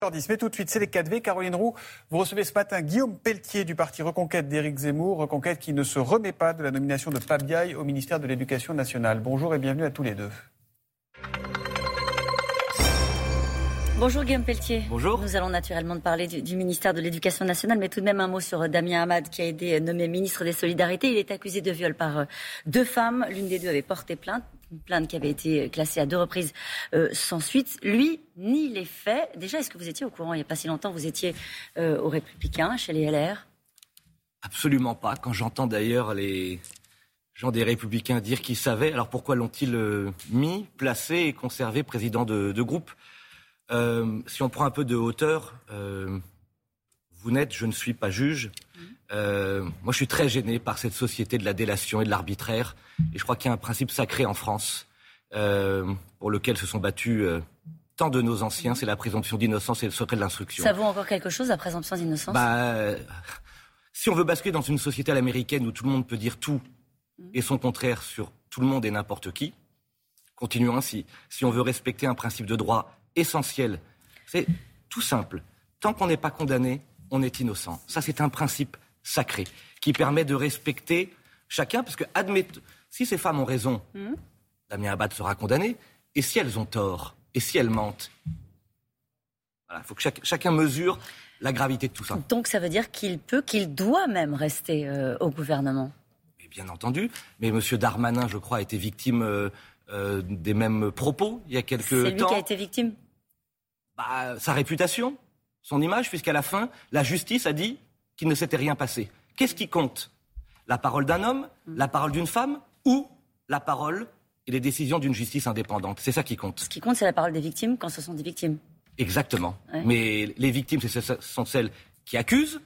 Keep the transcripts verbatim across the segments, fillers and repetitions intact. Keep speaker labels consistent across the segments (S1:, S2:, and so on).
S1: Mais tout de suite, c'est les quatre V. Caroline Roux, vous recevez ce matin Guillaume Pelletier du parti Reconquête d'Éric Zemmour. Reconquête qui ne se remet pas de la nomination de Pape Diaye au ministère de l'Éducation nationale. Bonjour et bienvenue à tous les deux.
S2: Bonjour Guillaume Pelletier.
S3: Bonjour.
S2: Nous allons naturellement parler du, du ministère de l'Éducation nationale, mais tout de même un mot sur Damien Abad qui a été nommé ministre des Solidarités. Il est accusé de viol par deux femmes. L'une des deux avait porté plainte. Une plainte qui avait été classée à deux reprises euh, sans suite. Lui nie les faits. Déjà, est-ce que vous étiez au courant, il n'y a pas si longtemps, vous étiez euh, aux Républicains, chez les L R ?
S3: Absolument pas. Quand j'entends d'ailleurs les gens des Républicains dire qu'ils savaient, alors pourquoi l'ont-ils euh, mis, placé et conservé président de, de groupe ? euh, Si on prend un peu de hauteur, euh, vous n'êtes, je ne suis pas juge. Euh, moi, je suis très gêné par cette société de la délation et de l'arbitraire. Et je crois qu'il y a un principe sacré en France euh, pour lequel se sont battus euh, tant de nos anciens. C'est la présomption d'innocence et le secret de l'instruction.
S2: Ça vaut encore quelque chose, la présomption d'innocence ?
S3: bah, euh, Si on veut basculer dans une société à l'américaine où tout le monde peut dire tout et son contraire sur tout le monde et n'importe qui, continuons ainsi. Si on veut respecter un principe de droit essentiel, c'est tout simple. Tant qu'on n'est pas condamné, on est innocent. Ça, c'est un principe sacré qui permet de respecter chacun, parce que admettons, si ces femmes ont raison, mmh. Damien Abad sera condamné, et si elles ont tort, et si elles mentent, voilà, il faut que chaque, chacun mesure la gravité de tout ça.
S2: Donc ça veut dire qu'il peut, qu'il doit même rester euh, au gouvernement.
S3: Mais bien entendu, mais M. Darmanin, je crois, a été victime euh, euh, des mêmes propos il y a quelques temps.
S2: C'est lui qui a été victime ?
S3: Bah, sa réputation, son image, puisqu'à la fin, la justice a dit qu'il ne s'était rien passé. Qu'est-ce qui compte ? La parole d'un homme, la parole d'une femme ou la parole et les décisions d'une justice indépendante ? C'est ça qui compte.
S2: Ce qui compte, c'est la parole des victimes quand ce sont des victimes.
S3: Exactement.
S2: Ouais.
S3: Mais les victimes, ce sont celles qui accusent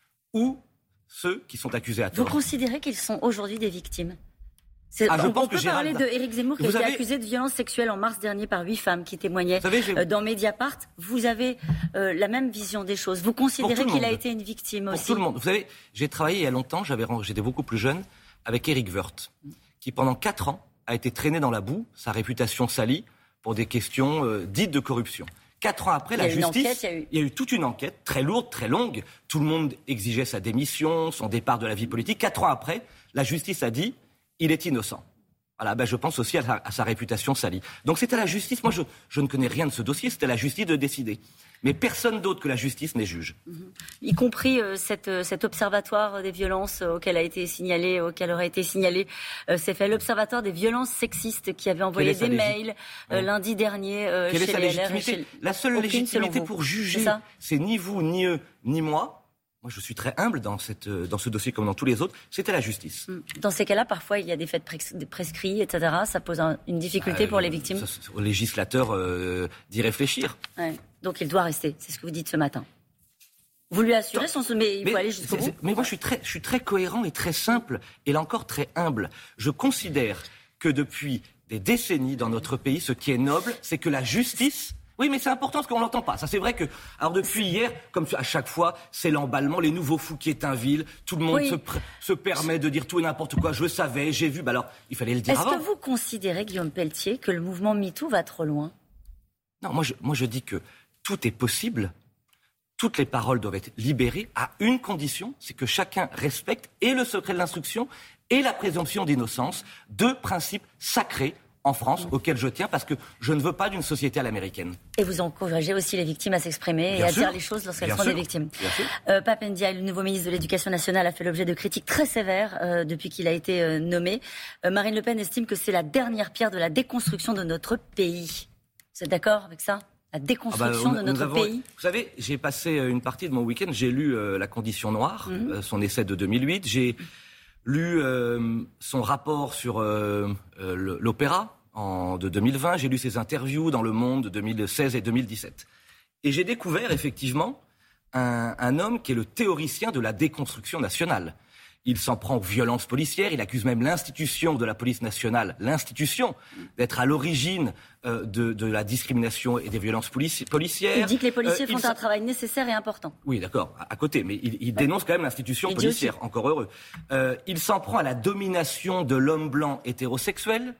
S3: ou ceux qui sont accusés à tort.
S2: Vous considérez qu'ils sont aujourd'hui des victimes ? C'est,
S3: ah, je
S2: on
S3: pense
S2: on peut
S3: que
S2: parler
S3: Gérald...
S2: de Éric Zemmour qui
S3: vous
S2: a été
S3: avez...
S2: accusé de violences sexuelles en mars dernier par huit femmes qui témoignaient
S3: savez, j'ai...
S2: dans Mediapart. Vous avez euh, la même vision des choses. Vous considérez qu'il a été une victime
S3: Pour
S2: aussi ?
S3: Pour tout le monde. Vous savez, j'ai travaillé il y a longtemps, j'avais, j'étais beaucoup plus jeune, avec Éric Woerth, qui pendant quatre ans a été traîné dans la boue, sa réputation salie, pour des questions euh, dites de corruption. Quatre ans après, la justice,
S2: enquête, il, y a eu...
S3: il y a eu toute une enquête très lourde, très longue. Tout le monde exigeait sa démission, son départ de la vie politique. Quatre ans après, la justice a dit il est innocent. Voilà, ben je pense aussi à sa, à sa réputation salie. Donc c'est à la justice, moi je, je ne connais rien de ce dossier, c'est à la justice de décider. Mais personne d'autre que la justice n'est juge.
S2: Mmh. Y compris euh, cette, euh, cet observatoire des violences euh, auquel a été signalé, auquel aurait été signalé, euh, c'est fait l'observatoire des violences sexistes qui avait envoyé des légit... mails euh, oui. lundi dernier euh,
S3: Quelle
S2: chez
S3: est sa
S2: les
S3: légitimité
S2: L R. Chez...
S3: La seule
S2: Aucune,
S3: légitimité pour juger,
S2: c'est,
S3: c'est ni vous, ni eux, ni moi. Moi, je suis très humble dans, cette, dans ce dossier comme dans tous les autres. C'était la justice.
S2: Dans ces cas-là, parfois, il y a des faits pres- prescrits, et cetera. Ça pose un, une difficulté euh, pour les victimes.
S3: Ça, au législateur euh, d'y réfléchir.
S2: Ouais. Donc, il doit rester. C'est ce que vous dites ce matin. Vous lui assurez son... Mais il
S3: mais,
S2: faut aller jusqu'au bout.
S3: Mais moi, je suis, très, je suis très cohérent et très simple. Et là encore, très humble. Je considère que depuis des décennies dans notre pays, ce qui est noble, c'est que la justice... Oui, mais c'est important parce qu'on l'entend pas. Ça, c'est vrai que, alors depuis hier, comme à chaque fois, c'est l'emballement, les nouveaux fous qui Étainville, tout le monde
S2: oui.
S3: se, pr- se permet de dire tout et n'importe quoi. Je savais, j'ai vu, bah alors, il fallait le dire
S2: Est-ce
S3: avant.
S2: Est-ce que vous considérez, Guillaume Pelletier, que le mouvement MeToo va trop loin ?
S3: Non, moi je, moi je dis que tout est possible. Toutes les paroles doivent être libérées à une condition, c'est que chacun respecte et le secret de l'instruction et la présomption d'innocence, deux principes sacrés en France, auquel je tiens, parce que je ne veux pas d'une société à l'américaine.
S2: Et vous encouragez aussi les victimes à s'exprimer
S3: Bien
S2: et à
S3: sûr.
S2: dire les choses lorsqu'elles
S3: Bien
S2: sont
S3: sûr.
S2: des victimes.
S3: Euh,
S2: Pape Ndiaye, le nouveau ministre de l'Éducation nationale, a fait l'objet de critiques très sévères euh, depuis qu'il a été euh, nommé. Euh, Marine Le Pen estime que c'est la dernière pierre de la déconstruction de notre pays. Vous êtes d'accord avec ça ? La déconstruction
S3: ah bah, on,
S2: de notre
S3: avons,
S2: pays.
S3: Vous savez, j'ai passé une partie de mon week-end, j'ai lu euh, La Condition noire, mmh. euh, son essai de deux mille huit. J'ai lu euh, son rapport sur euh, euh, l'opéra en, de deux mille vingt. J'ai lu ses interviews dans Le Monde de deux mille seize et deux mille dix-sept. Et j'ai découvert effectivement un, un homme qui est le théoricien de la déconstruction nationale. Il s'en prend aux violences policières, il accuse même l'institution de la police nationale, l'institution, d'être à l'origine euh, de, de la discrimination et des violences polici- policières.
S2: Il dit que les policiers
S3: euh,
S2: font
S3: il...
S2: un travail nécessaire et important.
S3: Oui, d'accord, à, à côté, mais il, il dénonce quand même l'institution
S2: il
S3: policière, encore heureux. Euh, il s'en prend à la domination de l'homme blanc hétérosexuel,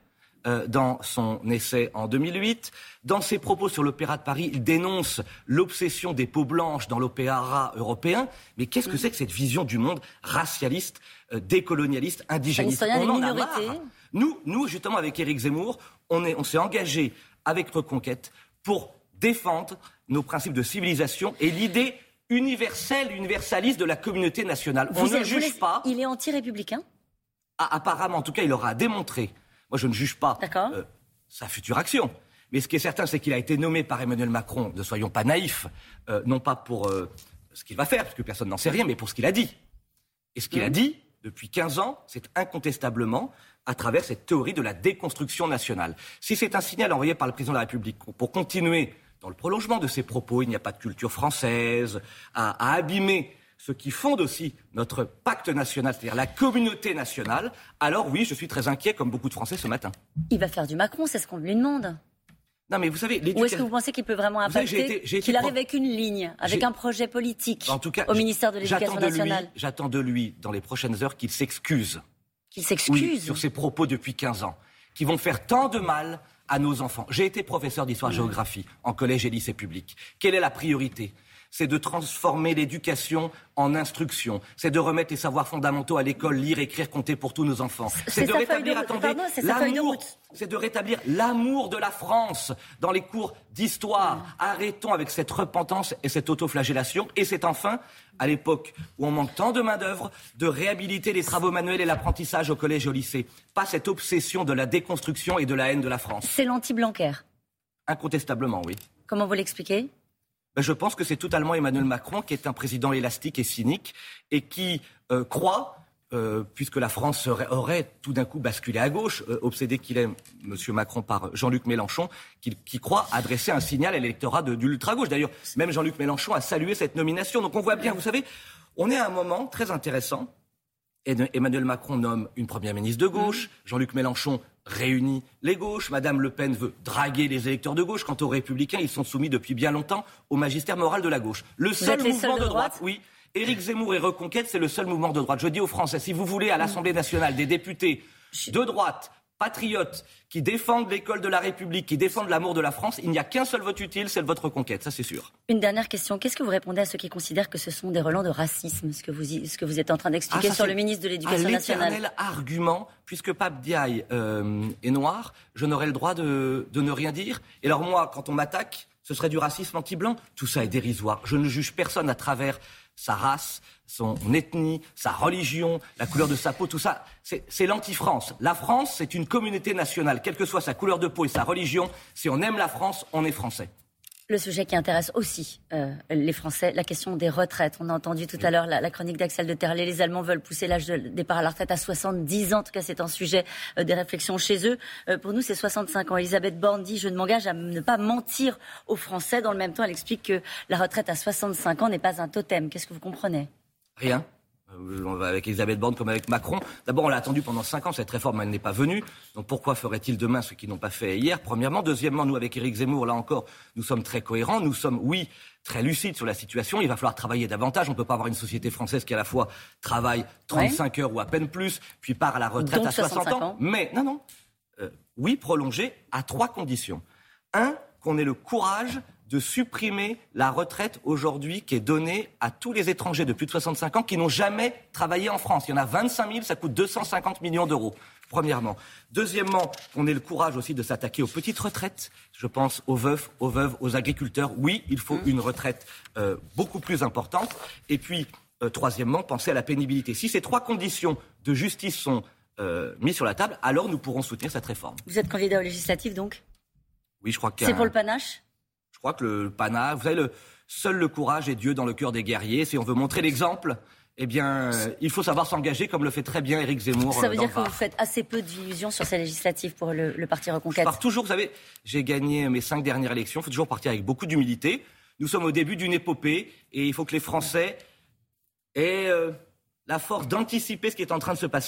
S3: euh, dans son essai en deux mille huit. Dans ses propos sur l'Opéra de Paris, il dénonce l'obsession des peaux blanches dans l'opéra européen. Mais qu'est-ce que c'est que cette vision du monde racialiste, euh, décolonialiste, indigéniste? On en a marre. Nous, nous, justement, avec Éric Zemmour, on, est, on s'est engagé avec Reconquête pour défendre nos principes de civilisation et l'idée universelle, universaliste de la communauté nationale. On
S2: Vous
S3: ne juge
S2: laissez...
S3: pas...
S2: Il est anti-républicain?
S3: Ah, apparemment, en tout cas, il aura démontré. Moi, je ne juge pas euh, sa future action. Mais ce qui est certain, c'est qu'il a été nommé par Emmanuel Macron, ne soyons pas naïfs, euh, non pas pour euh, ce qu'il va faire, parce que personne n'en sait rien, mais pour ce qu'il a dit. Et ce qu'il mmh. a dit, depuis quinze ans, c'est incontestablement à travers cette théorie de la déconstruction nationale. Si c'est un signal envoyé par le président de la République pour continuer dans le prolongement de ses propos, il n'y a pas de culture française, à, à abîmer ce qui fonde aussi notre pacte national, c'est-à-dire la communauté nationale, alors oui, je suis très inquiet, comme beaucoup de Français ce matin.
S2: Il va faire du Macron, c'est ce qu'on lui demande.
S3: Non, mais vous savez...
S2: Ou est-ce que vous pensez qu'il peut vraiment impacter, savez, j'ai été, j'ai été qu'il arrive pro... avec une ligne, avec j'ai... un projet politique en tout cas, au ministère de l'Éducation nationale?
S3: Lui, j'attends de lui, dans les prochaines heures, qu'il s'excuse.
S2: Qu'il s'excuse
S3: oui, sur ses propos depuis quinze ans, qui vont faire tant de mal à nos enfants. J'ai été professeur d'histoire-géographie en collège et lycée public. Quelle est la priorité ? C'est de transformer l'éducation en instruction. C'est de remettre les savoirs fondamentaux à l'école, lire, écrire, compter pour tous nos enfants.
S2: C'est, c'est de rétablir, de... attendez, Pardon, c'est l'amour.
S3: C'est de rétablir l'amour de la France dans les cours d'histoire. Mmh. Arrêtons avec cette repentance et cette autoflagellation. Et c'est enfin, à l'époque où on manque tant de main-d'œuvre, de réhabiliter les travaux manuels et l'apprentissage au collège et au lycée. Pas cette obsession de la déconstruction et de la haine de la France.
S2: C'est l'anti-Blanquer.
S3: Incontestablement, oui.
S2: Comment vous l'expliquez ?
S3: Ben, je pense que c'est totalement Emmanuel Macron qui est un président élastique et cynique et qui euh, croit, euh, puisque la France serait, aurait tout d'un coup basculé à gauche, euh, obsédé qu'il est, M. Macron, par Jean-Luc Mélenchon, qui, qui croit adresser un signal à l'électorat de, de l'ultra-gauche. D'ailleurs, même Jean-Luc Mélenchon a salué cette nomination. Donc on voit bien, vous savez, on est à un moment très intéressant. Emmanuel Macron nomme une première ministre de gauche, Jean-Luc Mélenchon réunit les gauches, Madame Le Pen veut draguer les électeurs de gauche. Quant aux Républicains, ils sont soumis depuis bien longtemps au magistère moral de la gauche. Le seul mouvement de, de droite, droite, oui, Éric Zemmour et Reconquête, c'est le seul mouvement de droite. Je dis aux Français, si vous voulez à l'Assemblée nationale des députés de droite, patriotes, qui défendent l'école de la République, qui défendent l'amour de la France, il n'y a qu'un seul vote utile, c'est le vote Reconquête, ça c'est sûr.
S2: Une dernière question, qu'est-ce que vous répondez à ceux qui considèrent que ce sont des relents de racisme, ce que vous, ce que vous êtes en train d'expliquer ah, sur le ministre de l'Éducation nationale?
S3: L'éternel argument, puisque Pape Diaye euh, est noir, je n'aurai le droit de, de ne rien dire. Et alors moi, quand on m'attaque, ce serait du racisme anti-blanc. Tout ça est dérisoire. Je ne juge personne à travers sa race, son ethnie, sa religion, la couleur de sa peau, tout ça, c'est, c'est l'anti-France. La France, c'est une communauté nationale, quelle que soit sa couleur de peau et sa religion. Si on aime la France, on est français.
S2: Le sujet qui intéresse aussi euh, les Français, la question des retraites. On a entendu tout à l'heure la, la chronique d'Axel de Terlet. Les Allemands veulent pousser l'âge de départ à la retraite à soixante-dix ans. En tout cas, c'est un sujet euh, des réflexions chez eux. Euh, pour nous, c'est soixante-cinq ans. Elisabeth Borne dit « Je ne m'engage à ne pas mentir aux Français ». Dans le même temps, elle explique que la retraite à soixante-cinq ans n'est pas un totem. Qu'est-ce que vous comprenez ?
S3: Rien. On va avec Elisabeth Borne comme avec Macron. D'abord, on l'a attendu pendant cinq ans, cette réforme, elle n'est pas venue. Donc pourquoi ferait-il demain ce qu'ils n'ont pas fait hier, premièrement? Deuxièmement, nous, avec Éric Zemmour, là encore, nous sommes très cohérents. Nous sommes, oui, très lucides sur la situation. Il va falloir travailler davantage. On ne peut pas avoir une société française qui, à la fois, travaille trente-cinq ouais. heures ou à peine plus, puis part à la retraite Donc à soixante ans. ans. Mais, non, non. Euh, oui, prolonger à trois conditions. Un, qu'on ait le courage de supprimer la retraite aujourd'hui qui est donnée à tous les étrangers de plus de soixante-cinq ans qui n'ont jamais travaillé en France. Il y en a vingt-cinq mille, ça coûte deux cent cinquante millions d'euros, premièrement. Deuxièmement, qu'on ait le courage aussi de s'attaquer aux petites retraites. Je pense aux veufs, aux veuves, aux agriculteurs. Oui, il faut une retraite euh, beaucoup plus importante. Et puis, euh, troisièmement, penser à la pénibilité. Si ces trois conditions de justice sont euh, mises sur la table, alors nous pourrons soutenir cette réforme.
S2: Vous êtes candidat aux législatives, donc ?
S3: Oui, je crois que...
S2: C'est pour le panache ?
S3: Je crois que le panache, vous savez, le, seul le courage est Dieu dans le cœur des guerriers. Si on veut montrer l'exemple, eh bien, euh, il faut savoir s'engager comme le fait très bien Éric Zemmour.
S2: Ça veut
S3: euh,
S2: dire que vous faites assez peu d'illusions sur ces législatives pour le, le parti Reconquête.
S3: Je pars toujours, vous savez, j'ai gagné mes cinq dernières élections. Il faut toujours partir avec beaucoup d'humilité. Nous sommes au début d'une épopée et il faut que les Français aient euh, la force d'anticiper ce qui est en train de se passer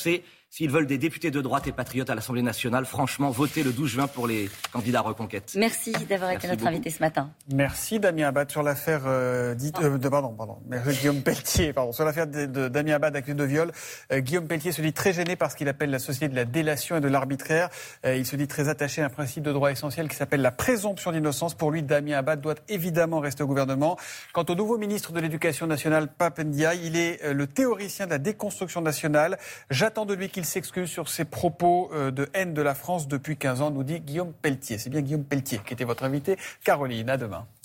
S3: S'ils veulent des députés de droite et patriotes à l'Assemblée nationale, franchement, votez le douze juin pour les candidats à Reconquête.
S2: Merci d'avoir été notre beaucoup. invité ce matin.
S1: Merci Damien Abad sur l'affaire euh, dite, euh, de pardon pardon Merci, Guillaume Pelletier pardon sur l'affaire de, de Damien Abad accusé de viol. Euh, Guillaume Pelletier se dit très gêné par ce qu'il appelle la société de la délation et de l'arbitraire. Euh, il se dit très attaché à un principe de droit essentiel qui s'appelle la présomption d'innocence. Pour lui, Damien Abad doit évidemment rester au gouvernement. Quant au nouveau ministre de l'Éducation nationale, Pape Ndiaye, il est euh, le théoricien de la déconstruction nationale. J'attends de lui qu'il s'excuse sur ses propos de haine de la France depuis quinze ans, nous dit Guillaume Pelletier. C'est bien Guillaume Pelletier qui était votre invité. Caroline, à demain.